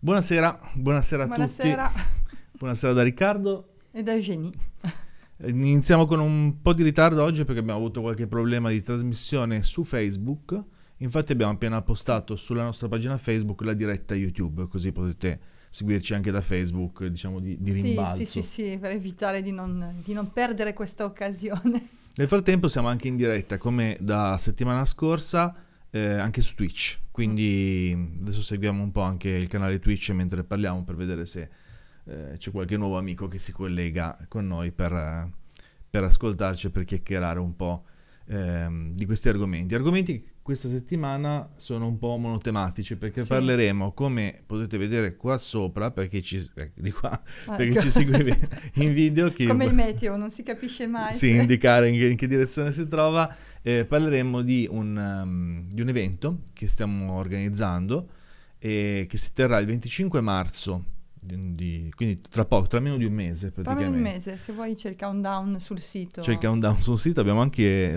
Buonasera a tutti. Buonasera da Riccardo. E da Eugenie. Iniziamo con un po' di ritardo oggi perché abbiamo avuto qualche problema di trasmissione su Facebook. Infatti abbiamo appena postato sulla nostra pagina Facebook la diretta YouTube, così potete seguirci anche da Facebook, diciamo di rimbalzo. Sì, per evitare di non perdere questa occasione. Nel frattempo siamo anche in diretta, come da settimana scorsa, anche su Twitch. Quindi adesso seguiamo un po' anche il canale Twitch mentre parliamo per vedere se c'è qualche nuovo amico che si collega con noi per ascoltarci e per chiacchierare un po' di questi argomenti. Argomenti questa settimana sono un po' monotematici perché parleremo, come potete vedere qua sopra, perché ci segue in video. Come il meteo, non si capisce mai. Sì, indicare in che direzione si trova. Parleremo di un evento che stiamo organizzando e che si terrà il 25 marzo. Quindi tra poco, tra meno di un mese praticamente. Tra meno di un mese, se vuoi c'è il countdown sul sito. C'è il countdown sul sito, abbiamo anche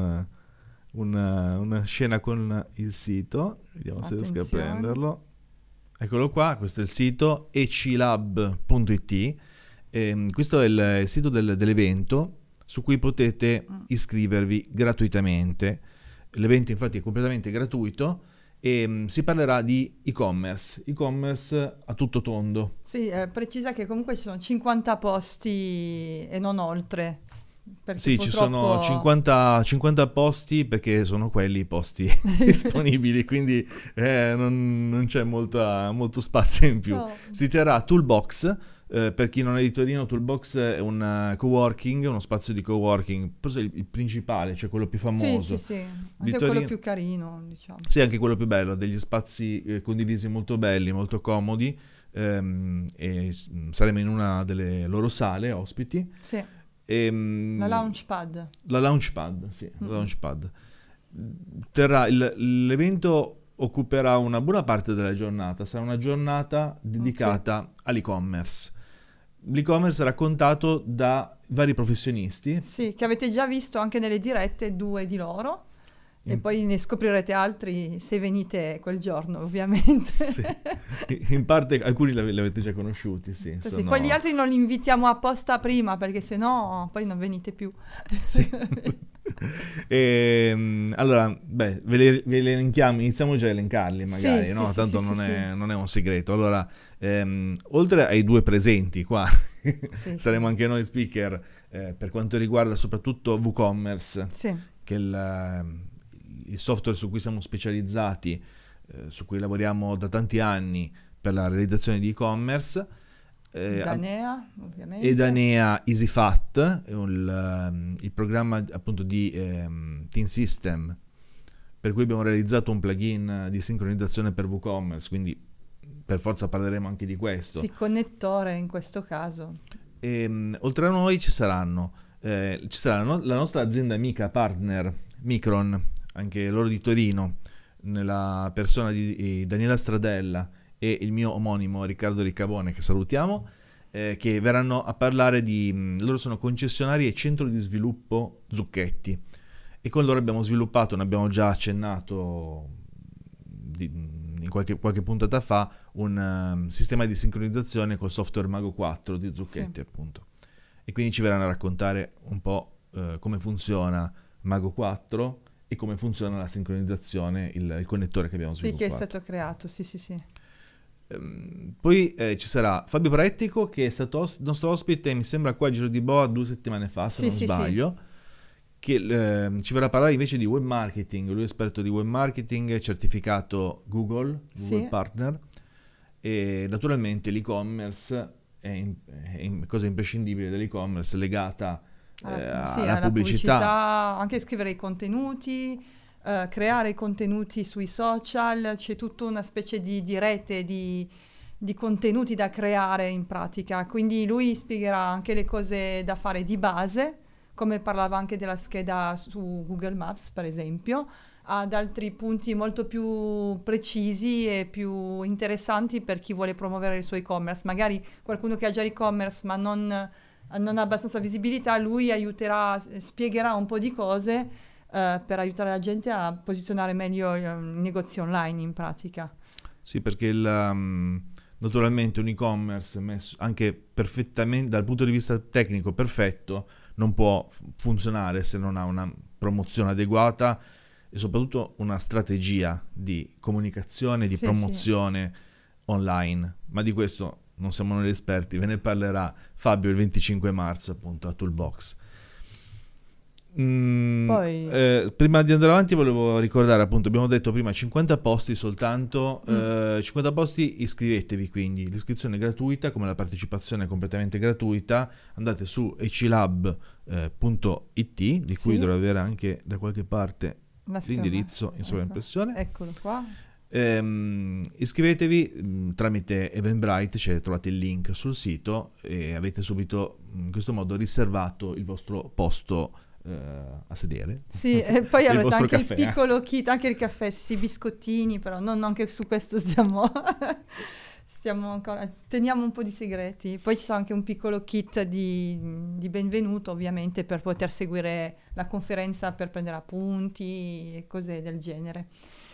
una scena con il sito, vediamo se riesco a prenderlo. Eccolo qua, questo è il sito ecilab.it. Questo è il sito dell'evento su cui potete iscrivervi gratuitamente. L'evento infatti è completamente gratuito e si parlerà di e-commerce a tutto tondo. Sì, precisa che comunque ci sono 50 posti e non oltre. Sì, ci sono 50 posti perché sono quelli i posti disponibili, quindi non c'è molto spazio in più. No. Si terrà Toolbox. Per chi non è di Torino, Toolbox è un coworking, uno spazio di coworking, forse il principale, cioè quello più famoso. Sì, anche quello più carino, diciamo. Sì, anche quello più bello, degli spazi condivisi molto belli, molto comodi, e saremo in una delle loro sale ospiti. Sì. La Launchpad. La Launchpad. L'evento occuperà una buona parte della giornata, sarà una giornata dedicata all'e-commerce. L'e-commerce raccontato da vari professionisti. Sì, che avete già visto anche nelle dirette, 2 di loro. E poi ne scoprirete altri se venite quel giorno, ovviamente. Sì. In parte alcuni li avete già conosciuti, sì. Sì, poi gli altri non li invitiamo apposta prima, perché sennò poi non venite più. Sì. Allora, ve li elenchiamo, iniziamo già a elencarli magari, no? Tanto non è un segreto. Allora, oltre ai 2 presenti qua, saremo anche noi speaker per quanto riguarda soprattutto WooCommerce, che è il software su cui siamo specializzati, su cui lavoriamo da tanti anni per la realizzazione di e-commerce. Danea, ovviamente. E Danea EasyFat, il programma appunto di Team System, per cui abbiamo realizzato un plugin di sincronizzazione per WooCommerce, quindi per forza parleremo anche di questo. Sì, connettore in questo caso. Oltre a noi ci sarà la nostra azienda amica partner Micron, anche loro di Torino, nella persona di Daniela Stradella e il mio omonimo Riccardo Riccabone, che salutiamo, che verranno a parlare loro sono concessionari e centro di sviluppo Zucchetti, e con loro abbiamo sviluppato, ne abbiamo già accennato in qualche puntata fa, un sistema di sincronizzazione col software Mago 4 di Zucchetti, appunto, e quindi ci verranno a raccontare un po' come funziona Mago 4 e come funziona la sincronizzazione, il connettore che abbiamo sviluppato. Sì, che è stato creato, sì. Poi ci sarà Fabio Parettico, che è stato nostro ospite, mi sembra qua a Giro di Boa 2 settimane fa, se non sbaglio, che ci verrà a parlare invece di web marketing. Lui è esperto di web marketing, certificato Google Partner, e naturalmente l'e-commerce è cosa imprescindibile dell'e-commerce, legata alla pubblicità, anche scrivere i contenuti, creare i contenuti sui social. C'è tutta una specie di rete di contenuti da creare in pratica, quindi lui spiegherà anche le cose da fare di base, come parlava anche della scheda su Google Maps per esempio, ad altri punti molto più precisi e più interessanti per chi vuole promuovere il suo e-commerce. Magari qualcuno che ha già e-commerce ma non ha abbastanza visibilità, lui spiegherà un po' di cose per aiutare la gente a posizionare meglio i negozi online in pratica. Sì, perché Naturalmente un e-commerce messo anche perfettamente dal punto di vista tecnico perfetto non può funzionare se non ha una promozione adeguata e soprattutto una strategia di comunicazione, di Sì, sì. promozione online. Ma di questo non siamo noi esperti, ve ne parlerà Fabio il 25 marzo appunto a Toolbox. Poi Prima di andare avanti volevo ricordare, appunto, abbiamo detto prima 50 posti soltanto, 50 posti, iscrivetevi, quindi l'iscrizione è gratuita, come la partecipazione è completamente gratuita. Andate su ecilab.it, di cui Sì. dovrò avere anche da qualche parte la l'indirizzo in sovraimpressione. Eccolo qua. Iscrivetevi tramite Eventbrite, cioè trovate il link sul sito e avete subito in questo modo riservato il vostro posto a sedere. Sì, e poi Il avrete vostro anche caffè, il piccolo kit, anche il caffè, sì, biscottini, però non anche su questo stiamo, stiamo ancora, teniamo un po' di segreti. Poi ci sarà anche un piccolo kit di benvenuto, ovviamente, per poter seguire la conferenza, per prendere appunti e cose del genere.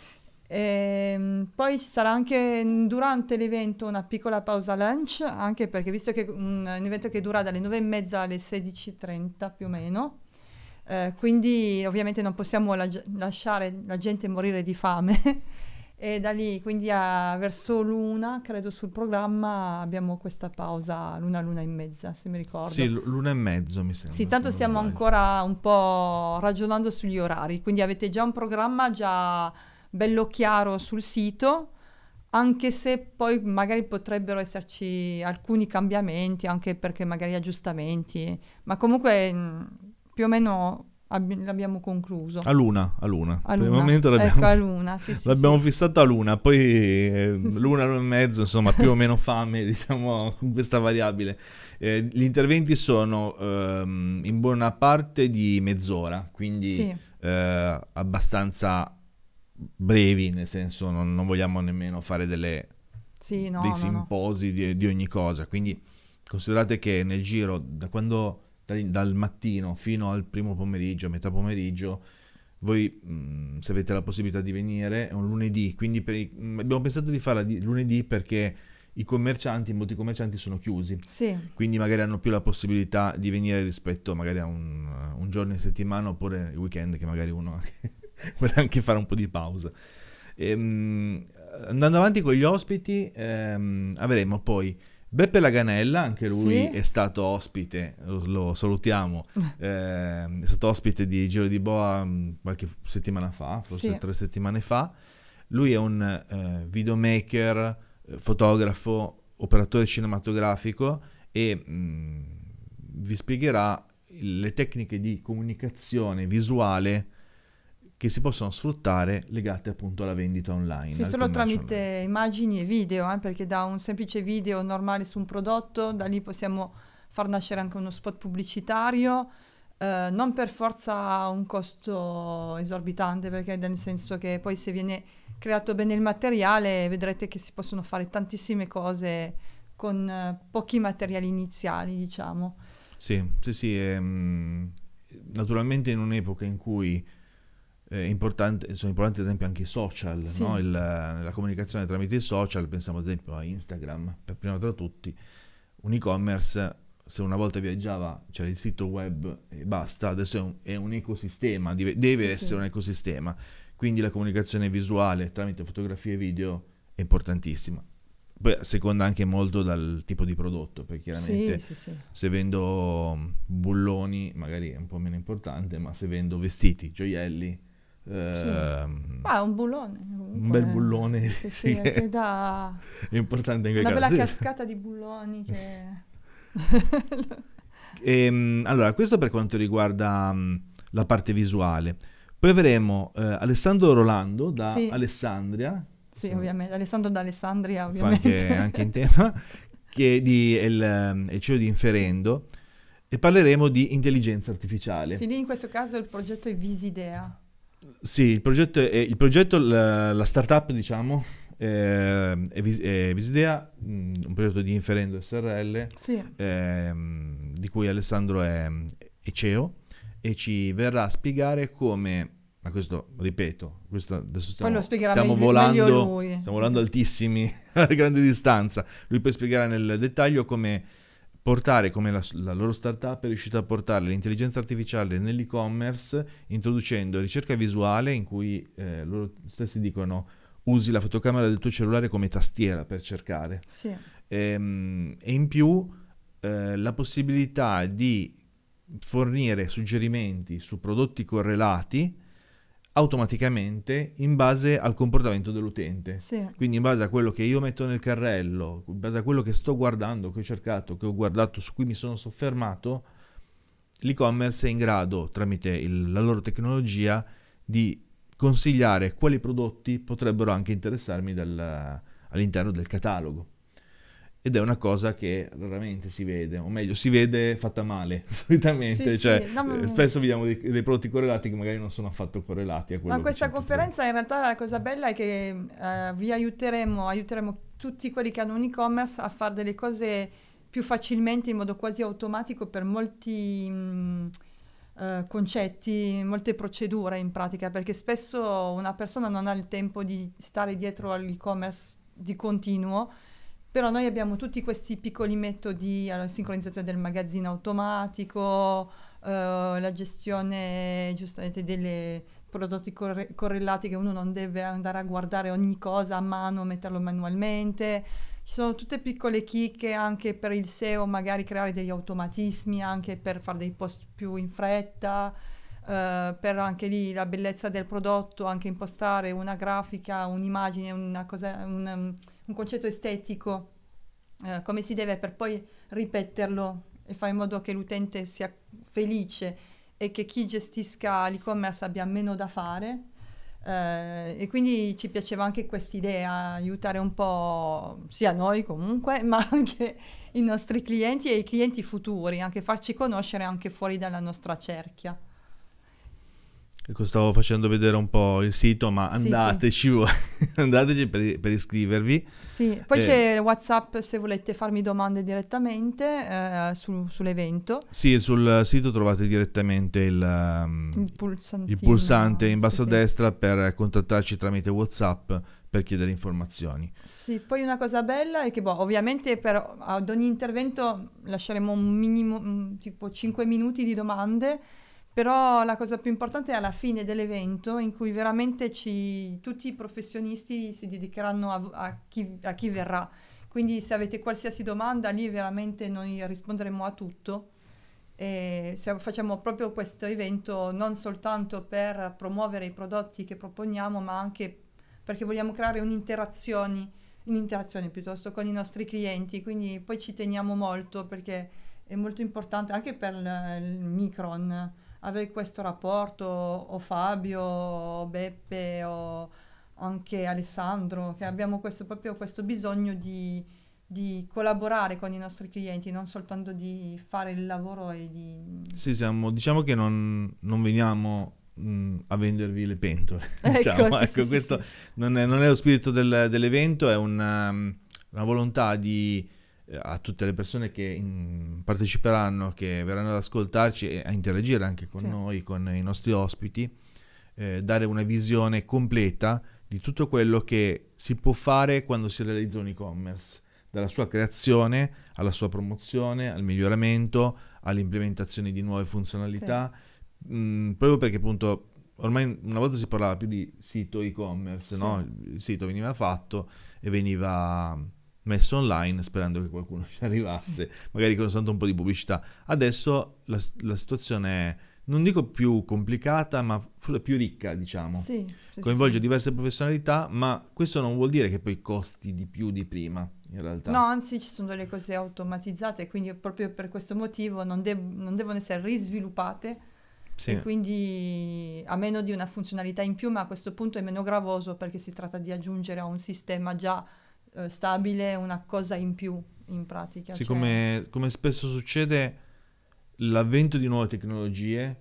Poi ci sarà anche durante l'evento una piccola pausa lunch, anche perché visto che è un evento che dura dalle 9:30 alle 16:30 più o meno, quindi ovviamente non possiamo lasciare la gente morire di fame e da lì quindi verso l'una, credo sul programma, abbiamo questa pausa l'una e mezza, se mi ricordo. Sì, l'una e mezzo mi sembra. Sì, tanto se non stiamo sbaglio. ancora un po' ragionando sugli orari, quindi avete già un programma già bello chiaro sul sito, anche se poi magari potrebbero esserci alcuni cambiamenti, anche perché magari aggiustamenti, ma comunque più o meno l'abbiamo concluso. A luna. Per il L'una. momento l'abbiamo, Ecco, a l'una, sì, sì, l'abbiamo sì. fissato a l'una, poi l'una e mezzo, insomma, più o meno fame, diciamo, con questa variabile. Gli interventi sono in buona parte di mezz'ora, quindi Sì, abbastanza brevi, nel senso non vogliamo nemmeno fare sì, no, dei no, no. simposi di ogni cosa, quindi considerate che nel giro dal mattino fino al primo pomeriggio, metà pomeriggio, voi se avete la possibilità di venire è un lunedì, quindi abbiamo pensato di farla di lunedì perché molti commercianti sono chiusi, Sì, quindi magari hanno più la possibilità di venire rispetto magari a un giorno in settimana oppure il weekend che magari uno vuole anche fare un po' di pausa. Andando avanti con gli ospiti, avremo poi Beppe Laganella, anche lui sì, è stato ospite, lo salutiamo, è stato ospite di Giro di Boa qualche settimana fa, forse sì. 3 settimane fa. Lui è un videomaker, fotografo, operatore cinematografico e vi spiegherà le tecniche di comunicazione visuale che si possono sfruttare legate appunto alla vendita online. Sì, al solo commercio tramite online. immagini e video, perché da un semplice video normale su un prodotto, da lì possiamo far nascere anche uno spot pubblicitario, non per forza a un costo esorbitante, perché nel senso che poi se viene creato bene il materiale vedrete che si possono fare tantissime cose con pochi materiali iniziali, diciamo. Sì, sì, sì. Naturalmente in un'epoca in cui sono importanti ad esempio anche i social, Sì, no? La comunicazione tramite i social, pensiamo ad esempio a Instagram, per prima tra tutti. Un e-commerce, se una volta viaggiava, c'era il sito web e basta, adesso è un ecosistema, deve sì, essere sì. un ecosistema, quindi la comunicazione visuale tramite fotografie e video è importantissima. Poi a seconda anche molto dal tipo di prodotto, perché Sì, chiaramente sì, sì. se vendo bulloni magari è un po' meno importante, ma se vendo vestiti, gioielli, Sì. un Ma è un bullone, bel comunque. bullone Sì, sì, sì, è che dà importante in quel una caso. bella Sì. cascata di bulloni che... Allora, questo per quanto riguarda la parte visuale. Poi avremo Alessandro Rolando da Sì, Alessandria, sì, ovviamente. Alessandro d'Alessandria, fa ovviamente. anche in tema, che è il CEO di Sì. Inferendo, e parleremo di intelligenza artificiale. Sì, lì in questo caso il progetto è Visidea. Sì, il progetto, la startup, diciamo, è Visidea, un progetto di Inferendo SRL, Sì, di cui Alessandro è CEO, e ci verrà a spiegare come ma questo, ripeto, questo adesso Poi lo spiegherà stiamo meglio volando, lui. stiamo volando altissimi a grande distanza. Lui poi spiegherà nel dettaglio come portare, come la loro startup è riuscita a portare l'intelligenza artificiale nell'e-commerce, introducendo ricerca visuale in cui loro stessi dicono usi la fotocamera del tuo cellulare come tastiera per cercare. Sì. E in più la possibilità di fornire suggerimenti su prodotti correlati automaticamente in base al comportamento dell'utente. Sì. Quindi in base a quello che io metto nel carrello, in base a quello che sto guardando, che ho cercato, che ho guardato, su cui mi sono soffermato, l'e-commerce è in grado, tramite la loro tecnologia, di consigliare quali prodotti potrebbero anche interessarmi all'interno del catalogo. Ed è una cosa che raramente si vede, o meglio, si vede fatta male, solitamente. Sì, Cioè, sì. No, spesso vediamo dei prodotti correlati che magari non sono affatto correlati a quello ma che questa c'è tutto. conferenza in realtà la cosa bella è che vi aiuteremo tutti quelli che hanno un e-commerce a fare delle cose più facilmente, in modo quasi automatico, per molti concetti, molte procedure in pratica, perché spesso una persona non ha il tempo di stare dietro all'e-commerce di continuo. Però noi abbiamo tutti questi piccoli metodi, la sincronizzazione del magazzino automatico, la gestione giustamente dei prodotti correlati, che uno non deve andare a guardare ogni cosa a mano, metterlo manualmente. Ci sono tutte piccole chicche anche per il SEO, magari creare degli automatismi anche per fare dei post più in fretta, per anche lì la bellezza del prodotto, anche impostare una grafica, un'immagine, una cosa, un concetto estetico come si deve, per poi ripeterlo e fare in modo che l'utente sia felice e che chi gestisca l'e-commerce abbia meno da fare. E quindi ci piaceva anche quest'idea, aiutare un po' sia noi comunque, ma anche i nostri clienti e i clienti futuri, anche farci conoscere anche fuori dalla nostra cerchia. Ecco, stavo facendo vedere un po' il sito, ma Sì, andateci, andateci per iscrivervi. Sì, poi c'è WhatsApp se volete farmi domande direttamente sull'evento. Sì, sul sito trovate direttamente il pulsante in basso a destra per contattarci tramite WhatsApp per chiedere informazioni. Sì, poi una cosa bella è che ovviamente ad ogni intervento lasceremo un minimo, tipo 5 minuti di domande. Però la cosa più importante è alla fine dell'evento, in cui veramente tutti i professionisti si dedicheranno a chi verrà. Quindi se avete qualsiasi domanda, lì veramente noi risponderemo a tutto. E facciamo proprio questo evento non soltanto per promuovere i prodotti che proponiamo, ma anche perché vogliamo creare un'interazione piuttosto con i nostri clienti. Quindi poi ci teniamo molto, perché è molto importante anche per il Micron avere questo rapporto, o Fabio, o Beppe, o anche Alessandro, che abbiamo proprio questo bisogno di collaborare con i nostri clienti, non soltanto di fare il lavoro e di... Sì, diciamo che non veniamo a vendervi le pentole. Ecco, sì, questo sì. Non è lo spirito dell'evento, è una volontà a tutte le persone che parteciperanno, che verranno ad ascoltarci e a interagire anche con noi, con i nostri ospiti, dare una visione completa di tutto quello che si può fare quando si realizza un e-commerce, dalla sua creazione alla sua promozione, al miglioramento, all'implementazione di nuove funzionalità, proprio perché appunto ormai una volta si parlava più di sito e-commerce, no? Il sito veniva fatto e veniva messo online sperando che qualcuno ci arrivasse, magari con soltanto un po' di pubblicità. Adesso la situazione è, non dico più complicata, ma più ricca, diciamo. Coinvolge diverse professionalità, ma questo non vuol dire che poi costi di più di prima, in realtà. No, anzi, ci sono delle cose automatizzate, quindi proprio per questo motivo non devono essere risviluppate. E quindi a meno di una funzionalità in più, ma a questo punto è meno gravoso, perché si tratta di aggiungere a un sistema già stabile una cosa in più, in pratica. Sì, come spesso succede, l'avvento di nuove tecnologie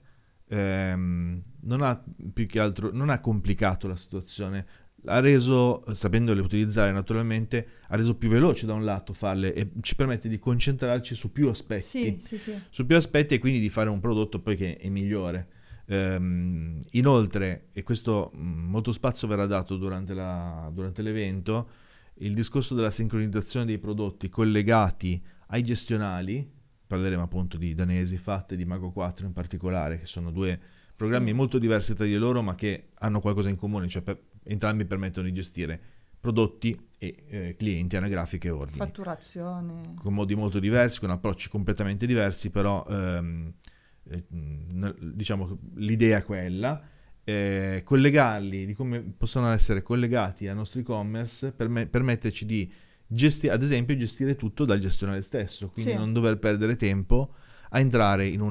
non ha più che altro, non ha complicato la situazione, ha reso, sapendole utilizzare naturalmente, ha reso più veloce da un lato farle, e ci permette di concentrarci su più aspetti, su più aspetti, e quindi di fare un prodotto poi che è migliore. Inoltre, e questo molto spazio verrà dato durante l'evento, il discorso della sincronizzazione dei prodotti collegati ai gestionali. Parleremo appunto di Danesi Fatte e di Mago 4 in particolare, che sono due programmi Sì. molto diversi tra di loro, ma che hanno qualcosa in comune, cioè entrambi permettono di gestire prodotti e clienti, anagrafiche e ordini. Fatturazione. Con modi molto diversi, con approcci completamente diversi, però diciamo l'idea è quella. Collegarli, di come possono essere collegati al nostro e-commerce, permetterci di ad esempio gestire tutto dal gestionale stesso, quindi Sì. non dover perdere tempo a entrare in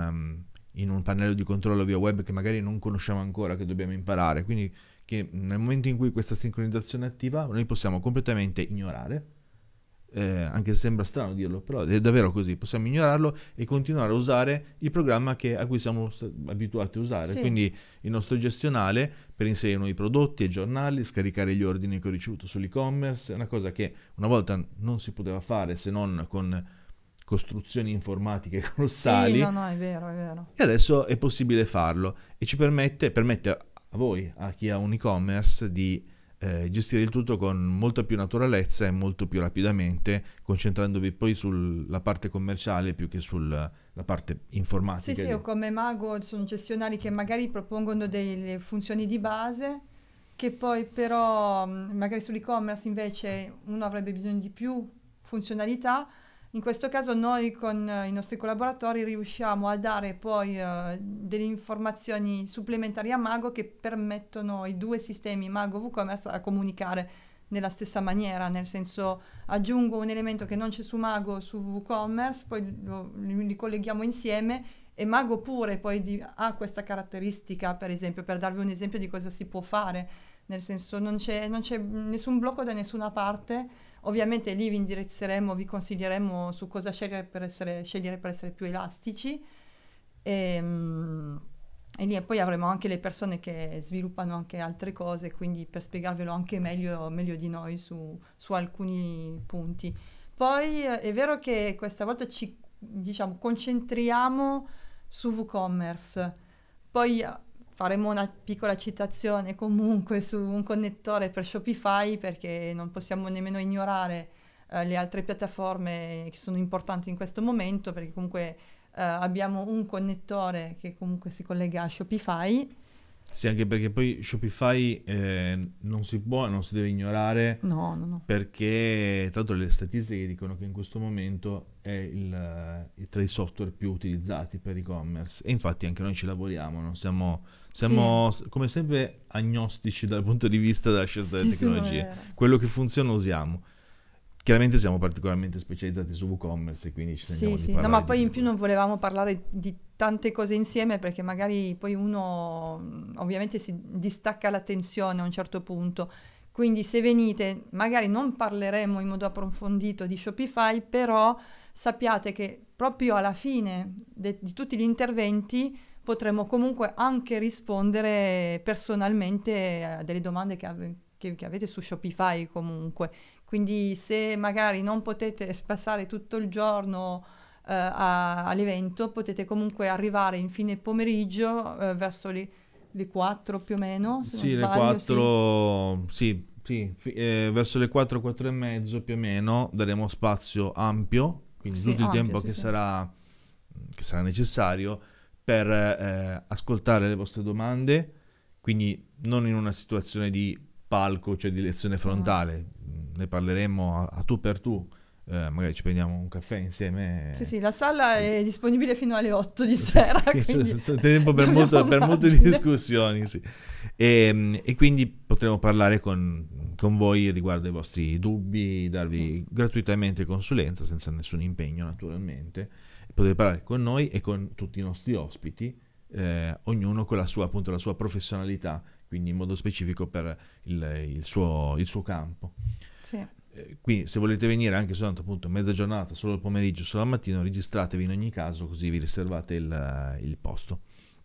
un pannello di controllo via web che magari non conosciamo ancora, che dobbiamo imparare, quindi che nel momento in cui questa sincronizzazione è attiva noi possiamo completamente ignorare, anche se sembra strano dirlo, però è davvero così, possiamo ignorarlo e continuare a usare il programma a cui siamo abituati a usare, Sì. quindi il nostro gestionale per inserire nuovi prodotti e giornali, scaricare gli ordini che ho ricevuto sull'e-commerce, è una cosa che una volta non si poteva fare se non con costruzioni informatiche colossali. Sì, no, è vero, è vero. E adesso è possibile farlo e permette a voi, a chi ha un e-commerce, di gestire il tutto con molta più naturalezza e molto più rapidamente, concentrandovi poi sulla parte commerciale più che sulla parte informatica. Sì, o come Mago sono gestionali che magari propongono delle funzioni di base che poi però magari sull'e-commerce invece uno avrebbe bisogno di più funzionalità. In questo caso noi con i nostri collaboratori riusciamo a dare poi delle informazioni supplementari a Mago che permettono i due sistemi Mago e WooCommerce a comunicare nella stessa maniera, nel senso aggiungo un elemento che non c'è su Mago su WooCommerce, poi li colleghiamo insieme e Mago pure poi ha questa caratteristica, per esempio, per darvi un esempio di cosa si può fare, nel senso non c'è nessun blocco da nessuna parte. Ovviamente lì vi indirizzeremo, vi consiglieremo su cosa scegliere per essere più elastici e lì poi avremo anche le persone che sviluppano anche altre cose, quindi per spiegarvelo anche meglio di noi su alcuni punti. Poi è vero che questa volta ci concentriamo su WooCommerce, poi faremo una piccola citazione comunque su un connettore per Shopify perché non possiamo nemmeno ignorare le altre piattaforme che sono importanti in questo momento, perché comunque abbiamo un connettore che comunque si collega a Shopify. Sì, anche perché poi Shopify non si deve ignorare. No. Perché tra l'altro le statistiche dicono che in questo momento è tra i software più utilizzati per e-commerce e infatti anche noi ci lavoriamo, no? Siamo come sempre agnostici dal punto di vista della scelta delle tecnologie. Quello che funziona usiamo. Chiaramente siamo particolarmente specializzati su WooCommerce e quindi ci sentiamo di parlare. No, ma poi in più non volevamo parlare di tante cose insieme perché magari poi uno ovviamente si distacca l'attenzione a un certo punto. Quindi se venite, magari non parleremo in modo approfondito di Shopify, però sappiate che proprio alla fine di tutti gli interventi potremo comunque anche rispondere personalmente a delle domande che avete su Shopify comunque. Quindi se magari non potete passare tutto il giorno all'evento, potete comunque arrivare in fine pomeriggio verso le 4 più o meno, se sì, non sbaglio. Le 4, sì, verso le 4, 4 e mezzo più o meno daremo spazio ampio, quindi tutto il tempo che sarà necessario per ascoltare le vostre domande, quindi non in una situazione di palco, cioè di lezione frontale, ne parleremo a tu per tu, magari ci prendiamo un caffè insieme. Sì, la sala è disponibile fino alle 8 di sera. C'è tempo per molte discussioni, sì. E quindi potremo parlare con voi riguardo ai vostri dubbi, darvi gratuitamente consulenza senza nessun impegno naturalmente. Potete parlare con noi e con tutti i nostri ospiti, ognuno con la sua professionalità, quindi in modo specifico per il suo campo. Sì. Quindi se volete venire anche soltanto appunto mezza giornata, solo il pomeriggio, solo al mattino, registratevi in ogni caso, così vi riservate il posto.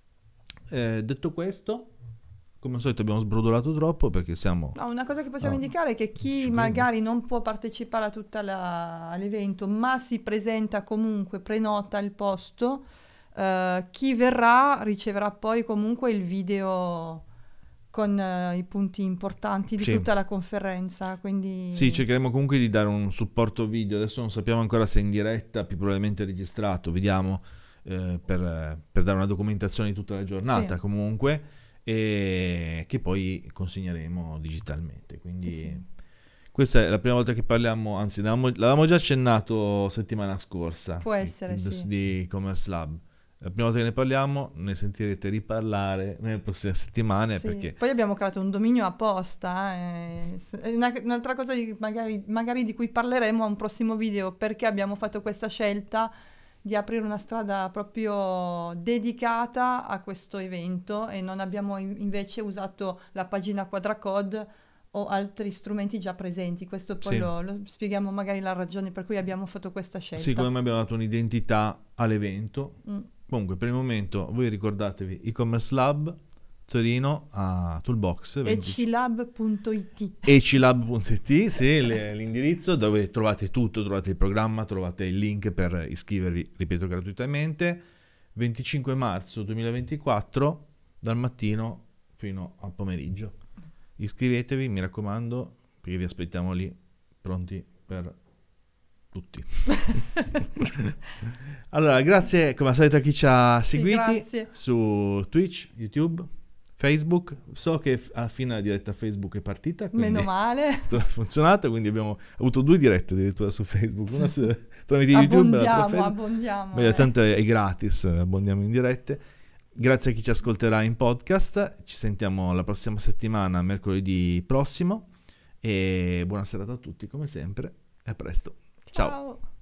Detto questo, come al solito abbiamo sbrodolato troppo perché siamo... No, una cosa che possiamo indicare è che chi magari non può partecipare a all'evento ma si presenta comunque, prenota il posto, Chi verrà riceverà poi comunque il video con i punti importanti di Sì. tutta la conferenza, quindi Sì, cercheremo comunque di dare un supporto video. Adesso non sappiamo ancora se è in diretta, più probabilmente registrato. Vediamo per dare una documentazione di tutta la giornata Sì. comunque, e che poi consegneremo digitalmente. Quindi Sì. questa è la prima volta che parliamo, anzi l'avevamo già accennato settimana scorsa Può essere, sì. di e-commerce lab. La prima volta che ne parliamo, ne sentirete riparlare nelle prossime settimane, Sì. perché Poi abbiamo creato un dominio apposta, è un'altra cosa magari di cui parleremo a un prossimo video, perché abbiamo fatto questa scelta di aprire una strada proprio dedicata a questo evento e non abbiamo invece usato la pagina Quadracode o altri strumenti già presenti. Questo poi sì. lo spieghiamo magari la ragione per cui abbiamo fatto questa scelta. Sì, come mai abbiamo dato un'identità all'evento. Comunque, per il momento, voi ricordatevi e-commerce lab Torino a Toolbox ecilab.it ecilab.it, sì, l'indirizzo dove trovate tutto, trovate il programma, trovate il link per iscrivervi, ripeto, gratuitamente. 25 marzo 2024 dal mattino fino al pomeriggio. Iscrivetevi, mi raccomando, perché vi aspettiamo lì pronti per tutti. Allora, grazie come al solito a chi ci ha seguiti su Twitch, YouTube, Facebook. So che alla fine la diretta Facebook è partita, meno male, ha funzionato, quindi abbiamo avuto 2 dirette addirittura su Facebook, una tramite YouTube, abbondiamo. Beh, tanto è gratis, abbondiamo in dirette. Grazie a chi ci ascolterà in podcast, ci sentiamo la prossima settimana, mercoledì prossimo, e buona serata a tutti come sempre e a presto. Ciao.